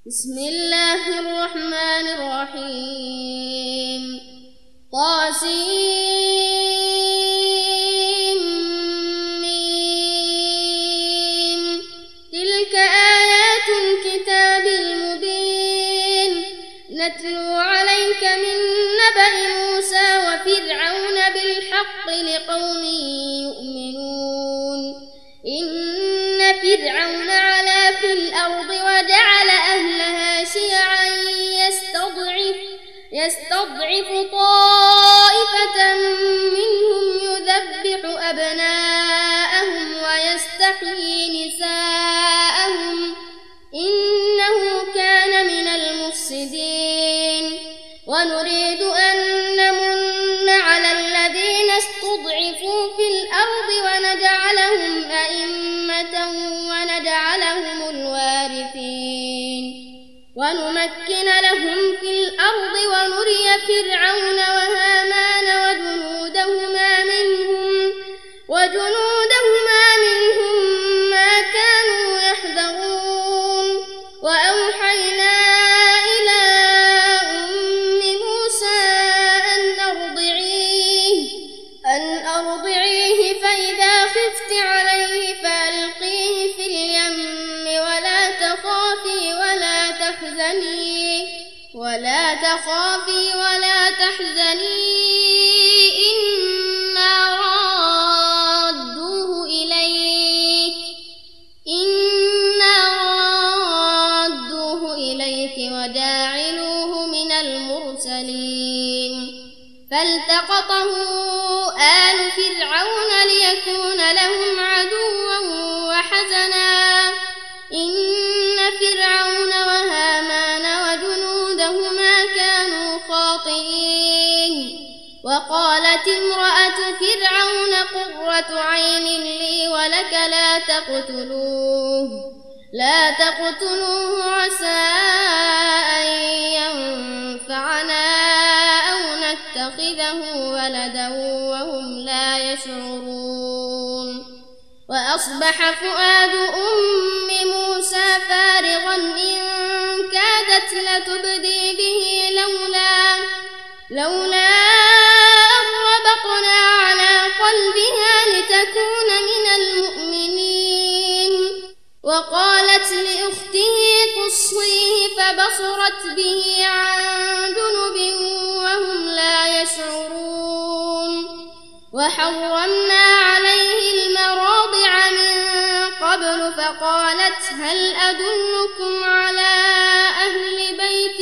بسم الله الرحمن الرحيم طاسيم تلك آيات الكتاب المبين نتلو عليك من نبأ موسى وفرعون بالحق لقوم يؤمنون إن فرعون علا في الأرض وجعل أهلها شيعا يستضعف طائفة منهم يذبح أبناءهم ويستحيي نساءهم إنه كان من المفسدين ونريد أن نمن على الذين استضعفوا في الأرض ونجعلهم أئمة ونجعلهم الوارثين ونمكن لهم في الأرض ونري فرعون وهامان وجنودهما منهم ما كانوا يحذرون وأوحينا إلى أم موسى أن أرضعيه فإذا خفت عليه فألقيه في اليم ولا تخافي ولا تحزني إنا رادوه إليك وجاعلوه من المرسلين فالتقطه آل فرعون ليكون لهم عدوا وحزنا إن فرعون وهامان وجنودهما كانوا خاطئين وقالت امرأة فرعون قرة عين لي ولك لا تقتلوه عسى أن ينفعنا أو نتخذه ولدا وهم لا يشعرون وأصبح فؤاد أم موسى فارغا إن كادت لتبدي به لولا أن ربطنا على قلبها لتكون من المؤمنين وقالت لأخته قصيه فبصرت به عن جنب وهم لا يشعرون وحرمنا عليه المراضع من قبل فقالت هل أدلكم على أهل بيت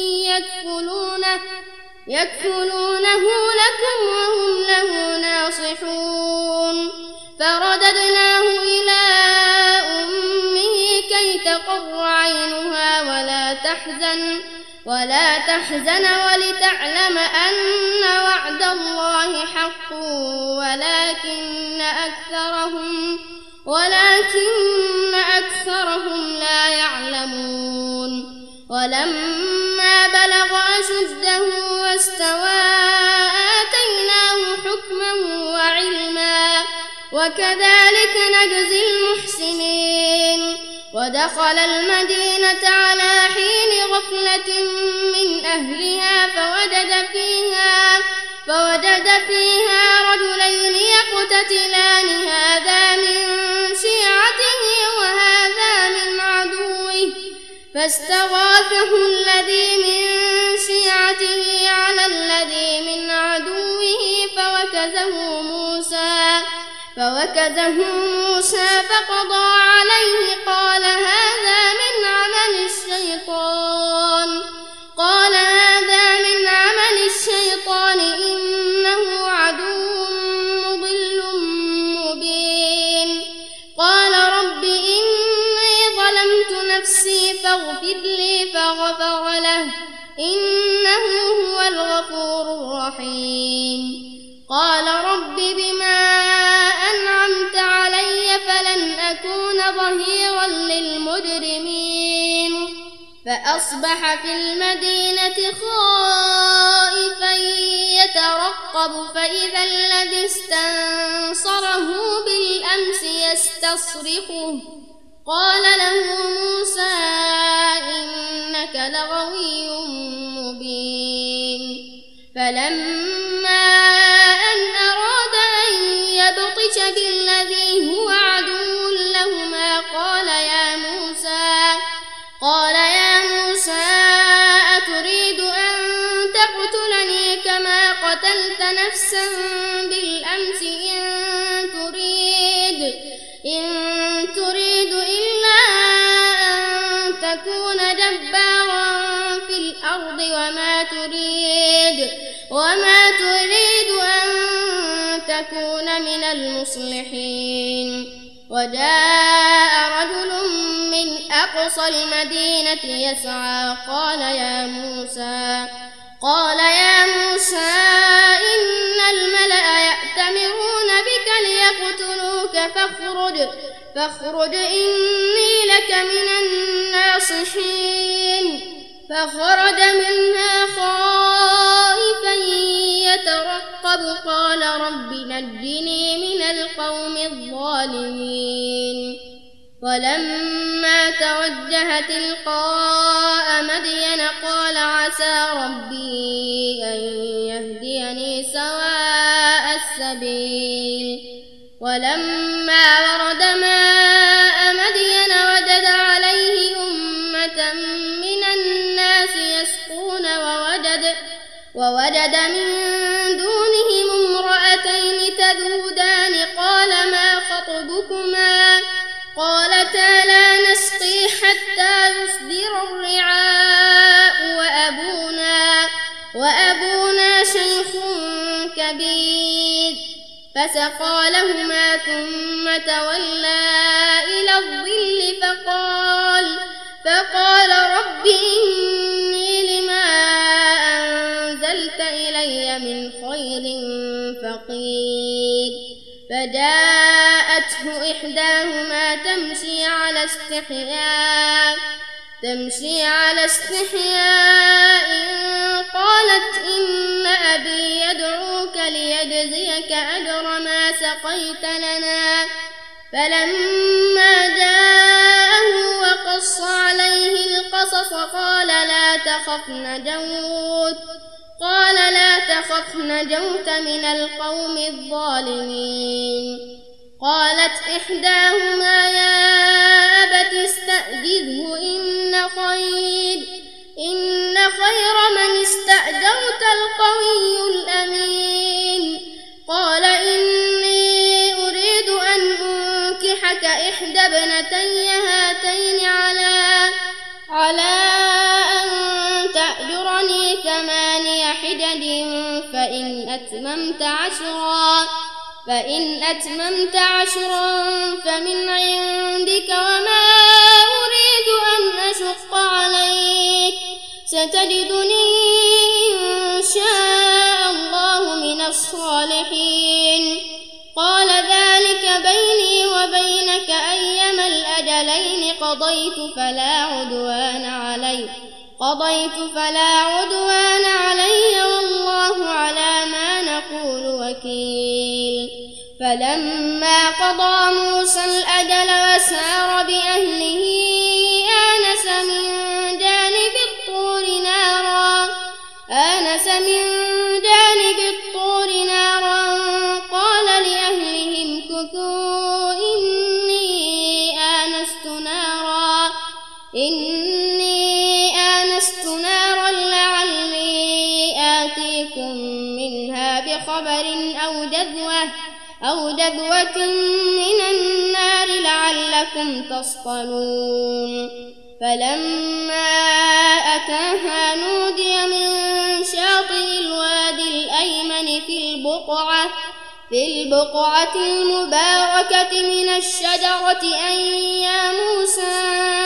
يكفلونه لكم وهم له ناصحون فرددناه إلى أمه كي تقر عينها ولا تحزن ولتعلم أن وعد الله حق ولكن أكثرهم لا يعلمون ولما بلغ أشده واستوى آتيناه حكما وعلما وكذلك نجزي المحسنين ودخل المدينة على حين غفلة من أهلها فوجد فيها رجلين يقتتلان هذا من شيعته وهذا من عدوه فاستغاثه الذي من شيعته على الذي من عدوه فوكزه موسى فقضى عليه قال هذا من عمل الشيطان إنه عدو مضل مبين قال رب إني ظلمت نفسي فاغفر لي فغفر له إنه هو الغفور الرحيم قال رب بما أنعمت علي فلن أكون ظهيرا للمجرمين فأصبح في المدينة خائفا يترقب فإذا الذي استنصره بالأمس يستصرخه قال له موسى لغوي مبين فلما أن أراد أن يبطش بالذي هو عدو لهما قال يا موسى أتريد أن تقتلني كما قتلت نفسا بالأمس إن تريد إلا أن تكون جبارا في الأرض وما تريد أن تكون من المصلحين وجاء رجل من أقصى المدينة يسعى قال يا موسى إن الملأ يأتمرون بك ليقتلوك فاخرج إني لك من الناصحين فخرج منها خائفا يترقب قال رب نجني من القوم الظالمين ولما توجه تلقاء مدين قال عسى ربي أن يهديني سواء السبيل ولما ورد ماء مدين وجد عليه أمة من الناس يسقون ووجد من دونهم امرأتين تذودان قال ما خطبكما قالتا لا نسقي حتى يصدر الرعاء وأبونا شيخ كبير فسقى لهما ثم تولى إلى الظل فقال رب إني لما أنزلت إلي من خير فقير فجاءته إحداهما تمشي على استحياء قالت إن أبي يدعوك ليجزيك أجر ما سقيت لنا فلما جاءه وقص عليه القصص قال لا تخف نجوت من القوم الظالمين قالت إحداهما يا أبت استأجره إن خير من استأجرت القوي الأمين قال إني أريد أن أنكحك إحدى ابنتي هاتين على أن تأجرني 8 حجج فإن أتممت عشرا فمن عندك وما أريد أن أشق عليك ستجدني إن شاء الله من الصالحين قال ذلك بيني وبينك أيما الأجلين قضيت فلا عدوان علي والله على ما نقول وكيل فلما قضى موسى الأجل وسار بأهله آنس من جانب الطور نارا قال لأهلهم كثوا إني آنست نارا لعلي آتيكم منها بخبر أو جذوة من النار لعلكم تصطلون فلما أتاها نودي من شاطئ الوادي الأيمن في البقعة المباركة من الشجرة أن يا موسى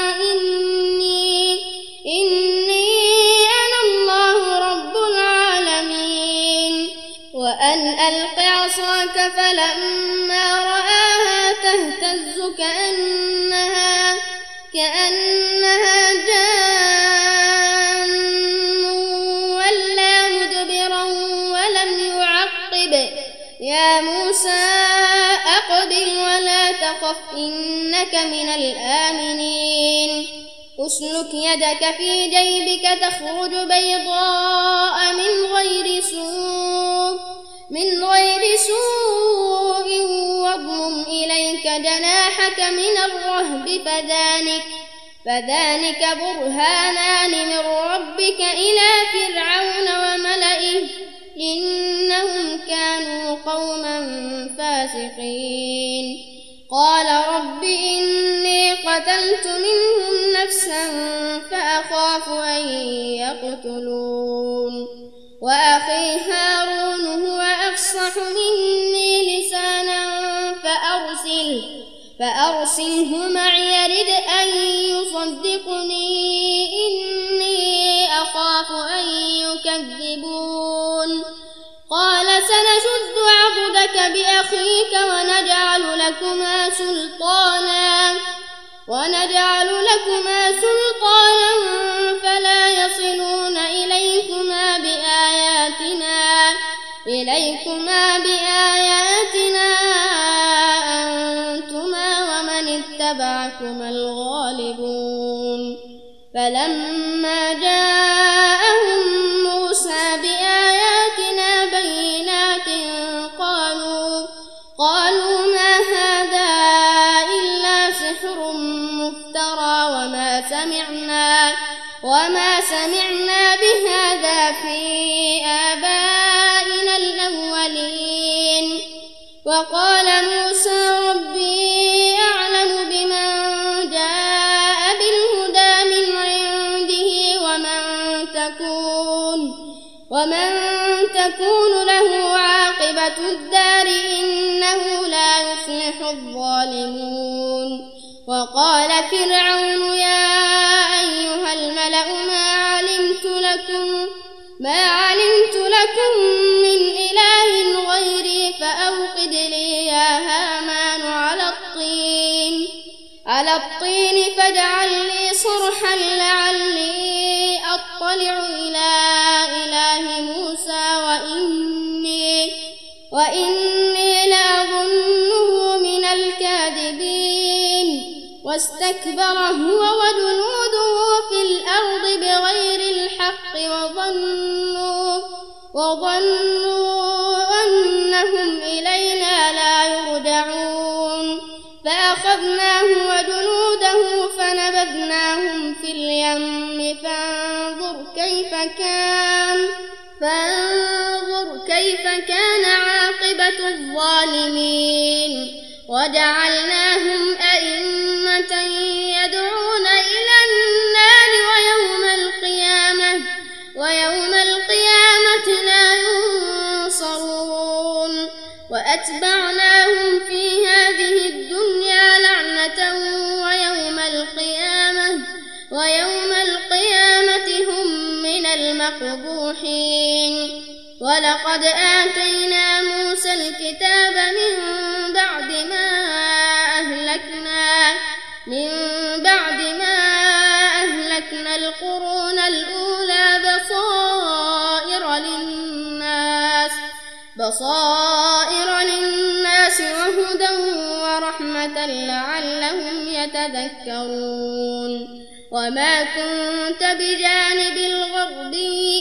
إني أنا الله رب العالمين وأن ألق عصاك فلما رآها تهتز كأنها جان ولا مدبرا ولم يعقب يا موسى أقبل ولا تخف إنك من الآمنين يدك في جيبك تخرج بيضاء من غير سوء واضمم إليك جناحك من الرهب فذلك برهانان من ربك إلى فرعون وملئه إنهم كانوا قوما فاسقين قال رب إني قتلت منهم نفسا فأخاف أن يقتلون وأخي هارون هو أفصح مني لسانا فأرسله معي يرد أن يصدقني إني أخاف أن يكذبون قال سنشد عضدك بأخيك ونجعل لكما سلطانا فلا يصلون إليكما بآياتنا أنتما ومن اتبعكما الغالبون فلما جاءهم موسى بآياتنا بينات قالوا ما هذا إلا سحر مفترى وما سمعنا بهذا في آبائنا الأولين وقال موسى ربي أعلم بمن جاء بالهدى من عنده ومن تكون له عاقبة الدار إنه لا يفلح الظالمون وقال فرعون يا أيها الملأ ما علمت لكم من إله غيري فأوقد لي يا هامان على الطين فاجعل لي صرحا لعلي أطلع إلى إله موسى وإني لأظنه من الكاذبين واستكبر هو وجنوده في الأرض بغير الحق وظنوا أنهم إلينا لا يرجعون فأخذناه وجنوده فنبذناهم في اليم فانظر كيف كان عاقبة الظالمين وجعلناهم أئمة يدعون إلى النار ويوم القيامة لا ينصرون وأتبعناهم في هذه الدنيا لعنة ويوم القيامة هم من المقبوحين ولقد آتينا موسى الكتاب من بعد ما أهلكنا القرون الأولى بصائر للناس وهدى ورحمة لعلهم يتذكرون وما كنت بجانب الغربي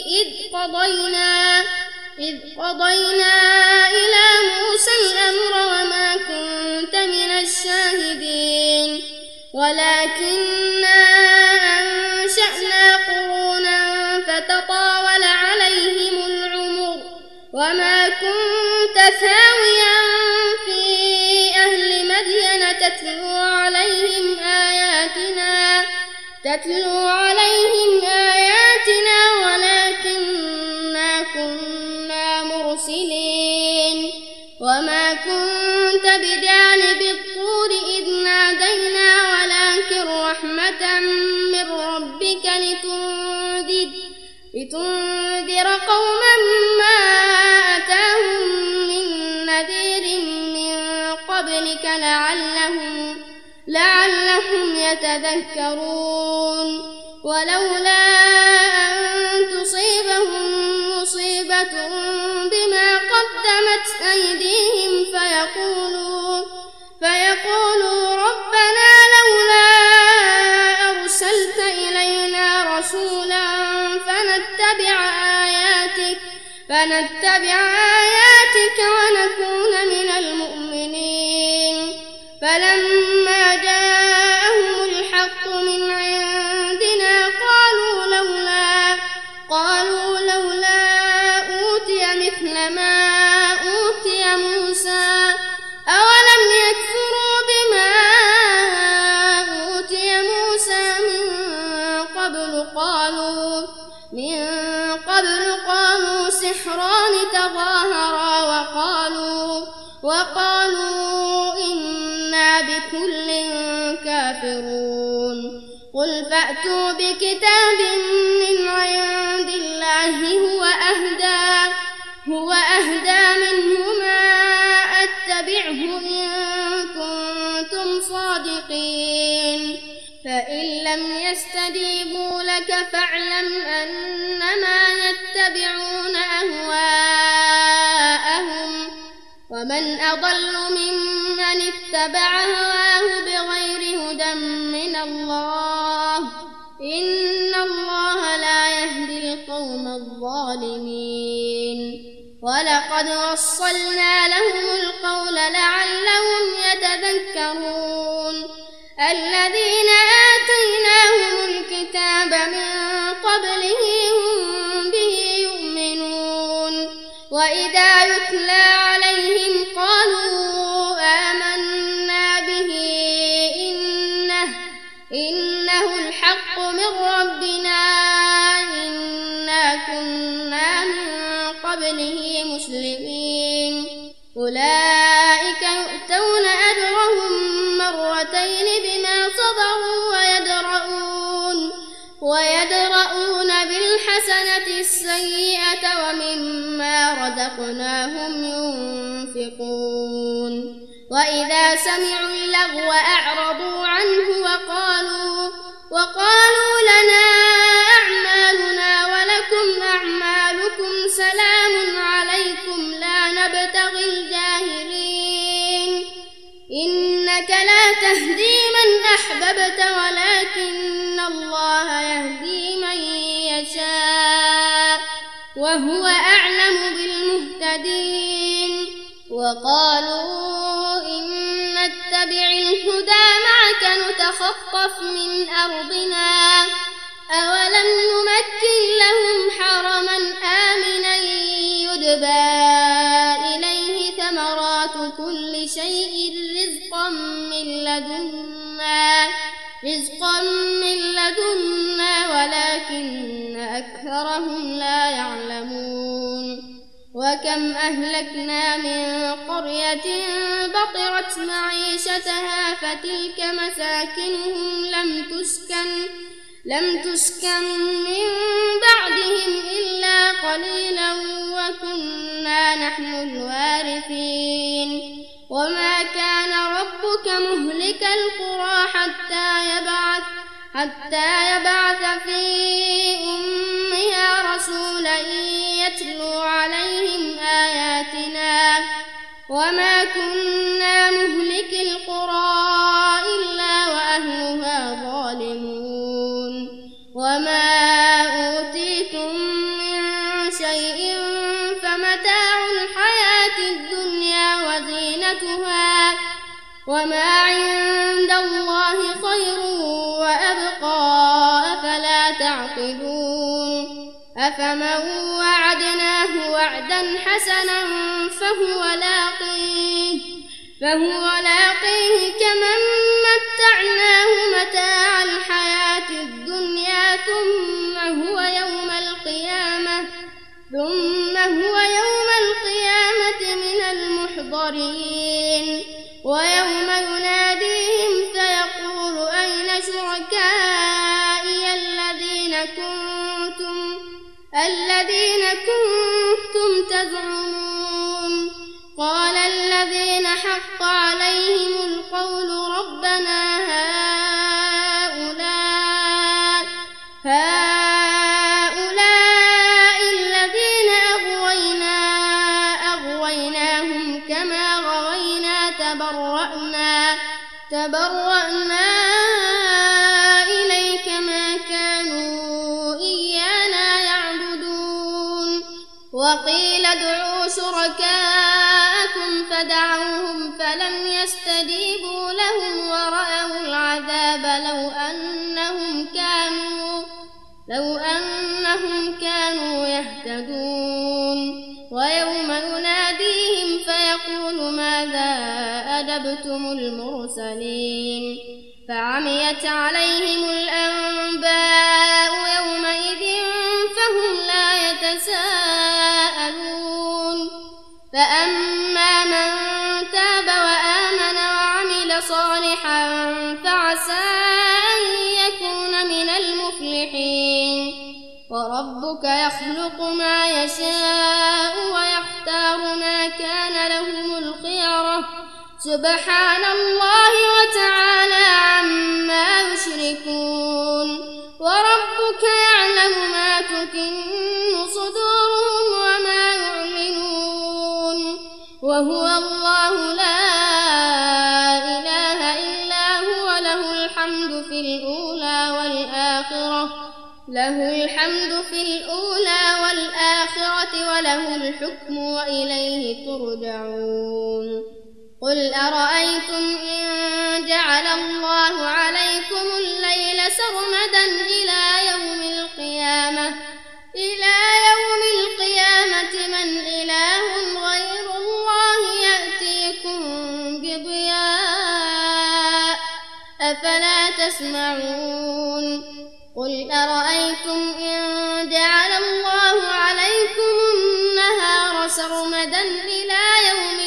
إذ قضينا إلى موسى الأمر وما كنت من الشاهدين ولكننا أنشأنا قرونا فتطاول عليهم العمر وما كنت ثاويا في أهل مدين تتلو عليهم آياتنا ولكننا كنا مرسلين وما كنت بجانب الطور إذ نادينا ولكن رحمة من ربك لتنذر قوما ما أتاهم من نذير من قبلك لعلهم يتذكرون ولولا أن تصيبهم مصيبة بما قدمت أيديهم فيقولوا ربنا لولا أرسلت إلينا رسولا فنتبع آياتك ونكون من المؤمنين فلما جاءهم الحق من عندنا قالوا لولا أوتي مثل ما أوتي موسى أولم يكفروا بما أوتي موسى من قبل قالوا سحران تظاهرا وقالوا إنا بكل كافرون قل فأتوا بكتاب من عند الله هو أهدى منهما أتبعه إن كنتم صادقين فإن لم يستجيبوا لك فاعلم أنما يتبعون أهواءهم ومن أضل ممن اتبع هواه بغير هدى من الله إن الله لا يهدي القوم الظالمين ولقد وصلنا لهم القول لعلهم يتذكرون الذين آتيناهم الكتاب من قبله هم به يؤمنون وإذا يتلى عليهم قالوا آمنا به إنه الحق من ربنا إنا كنا من قبله مسلمين أولئك يؤتون أجرهم مرتين بما صبروا ويدرؤون بالحسنة السيئة ومما رزقناهم ينفقون وإذا سمعوا اللغو أعرضوا عنه وقالوا لنا أعمالنا ولكم أعمالكم سلام عليكم لا نبتغي الجاهلين إنك لا تهدي من أحببت ولكن الله يهدي من يشاء وهو أعلم بالمهتدين وقالوا إن نتبع الهدى معك نتخطف من أرضنا أولم نمكن لهم حرما آمنا يجبى إليه ثمرات كل شيء رزقا من لدنا ولكن أكثرهم لا يعلمون وكم أهلكنا من قرية بطرت معيشتها فتلك مساكنهم لم تسكن من بعدهم إلا قليلا وكنا نحن الوارثين وما كان ربك مهلك القرى حتى يبعث في أمها رسولا يتلو عليهم آياتنا وما كنا مهلك القرى إلا وأهلها ظالمون وما أوتيتم من شيء فمتاع الحياة الدنيا وزينتها وما عند الله خير وأبقى أفلا تعقلون أفمن وعدناه وعدا حسنا فهو لاقيه كمن متعناه متاع الحياة الدنيا ثم هو يوم القيامة من المحضرين ويوم يناديهم فيقول أين شركائي الذين كنتم تزعمون قال الذين حق عليهم القول ربنا هؤلاء الذين أغويناهم كما غوينا تبرأنا إليك ما كانوا وقيل ادعوا شركاءكم فدعوهم فلم يستجيبوا لهم ورأوا العذاب لو أنهم كانوا يهتدون ويوم يناديهم فيقول ماذا أجبتم المرسلين فعميت عليهم الأنباء يومئذ فهم لا يتساءلون فأما من تاب وآمن وعمل صالحا فعسى أن يكون من المفلحين وربك يخلق ما يشاء ويختار ما كان لهم الخيرة سبحان الله وتعالى عما يشركون وربك يعلم ما تكن صدورهم وما يعلنون وهو الله لا إله إلا هو له الحمد في الأولى والآخرة وله الحكم وإليه ترجعون قل أرأيتم إن جعل الله عليكم الليل سرمدا إلى يوم القيامة من إله غير الله يأتيكم بضياء أفلا تسمعون قل أرأيتم إن جعل الله عليكم النهار سرمدا إلى يوم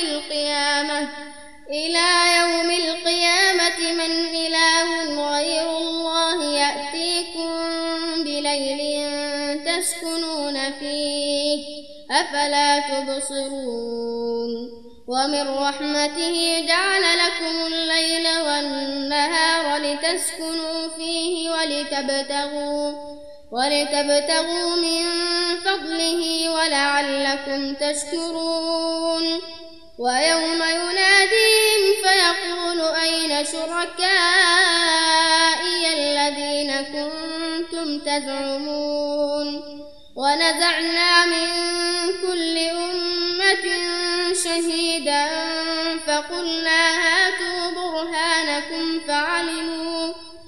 القيامة من إله غير الله يأتيكم بليل تسكنون فيه أفلا تبصرون ومن رحمته جعل لكم الليل والنهار لتسكنوا فيه ولتبتغوا من فضله ولعلكم تشكرون ويوم يناديهم فيقول أين شركائي الذين كنتم تزعمون ونزعنا من كل أمة شهيدا فقلنا هاتوا برهانكم فعلموا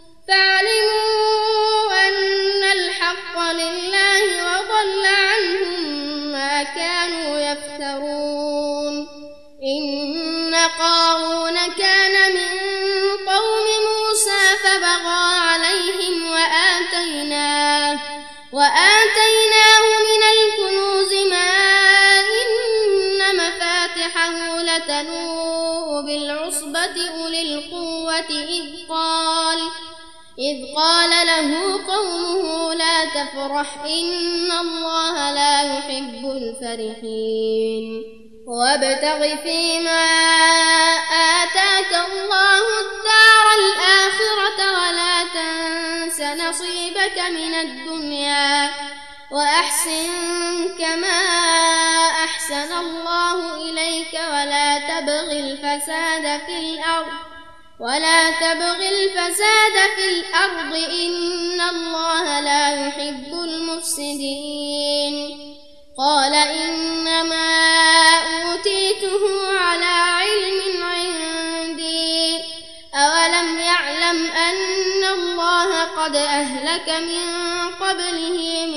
أن الحق لله وضل عنهم ما كانوا يفترون إن قارون كان من قوم موسى فبغى عليهم وآتيناه من الكنوز ما إن مفاتحه لتنوء بالعصبة أولي القوة إذ قال له قومه لا تفرح إن الله لا يحب الفرحين وابتغ فيما آتاك الله الدار الآخرة ولا تنس نصيبك من الدنيا وأحسن كما أحسن الله إليك ولا تبغ الفساد في الأرض إن الله لا يحب المفسدين قال إنما أوتيته على علم عندي أولم يعلم أن الله قد أهلك من قبله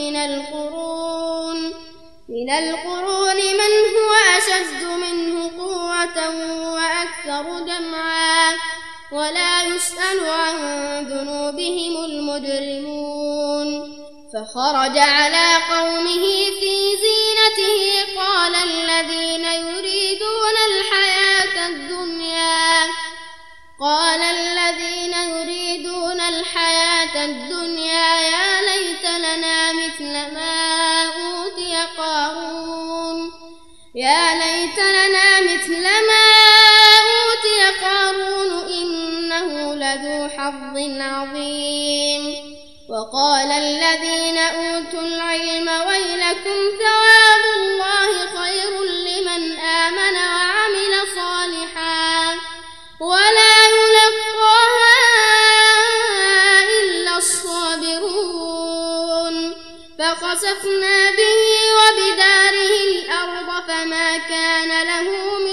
من القرون من هو أشد منه قوة وأكثر جمعا ولا يسأل عن ذنوبهم المجرمون فخرج على قومه في زينته قال الذين يريدون الحياة الدنيا يا ليت لنا مثل ما أوتي قارون إنه لذو حظ عظيم وقال الذين أوتوا العلم ويلكم ثواب الله خير لمن آمن وعمل صالحا ولا يلقاها إلا الصابرون فخسفنا به وبداره الأرض فما كان له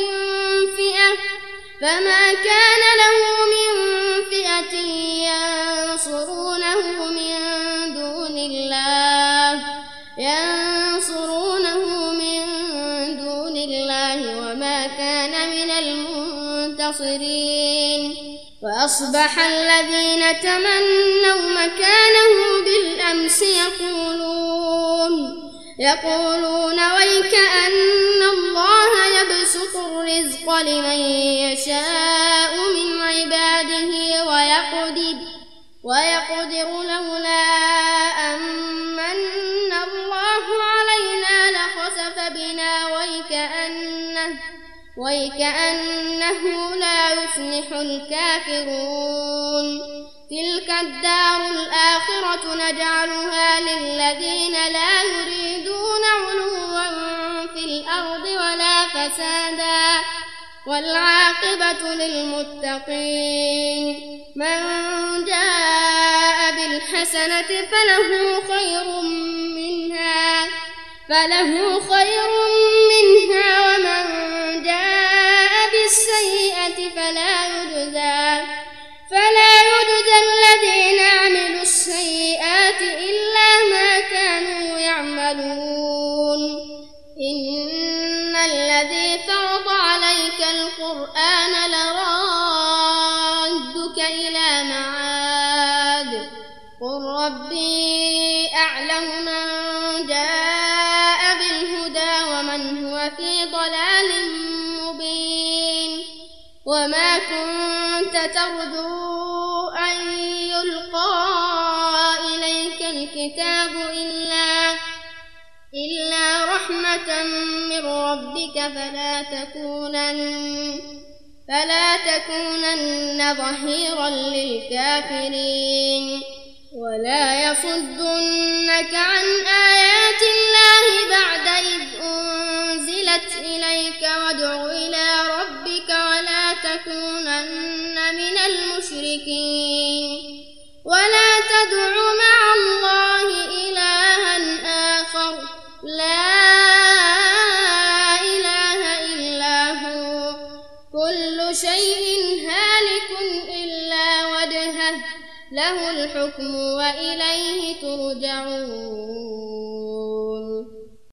من فئة ينصرونه من دون الله وما كان من المنتصرين وأصبح الذين تمنوا مكانه بالأمس يقولون ويكأن الله يبسط الرزق لمن يشاء من عباده ويقدر لولا أمن الله علينا لخسف بنا ويكأنه لا يفلح الكافرون تلك الدار الآخرة نجعلها للذين لا يريدون علوا في الأرض ولا فسادا والعاقبة للمتقين من جاء بالحسنة فله خير منها ومن جاء بالسيئة فلا يجزى الذين عملوا السيئات إلا ما كانوا يعملون إن الذي فرض عليك القرآن لرادك إلى معاد قل ربي أعلم من جاء بالهدى ومن هو في ضلال مبين وما كنت ترجو أن يلقى إليك الكتاب إلا رحمة من ربك فلا تكونن ظهيرا للكافرين ولا يصدنك عن آيات الله بعد إذ أنزلت إليك وادع إلى ربك ولا تكونن من المشركين ولا تدع مع الله إلها آخر لا إله إلا هو كل شيء هالك إلا وجهه له الحكم وإليه ترجعون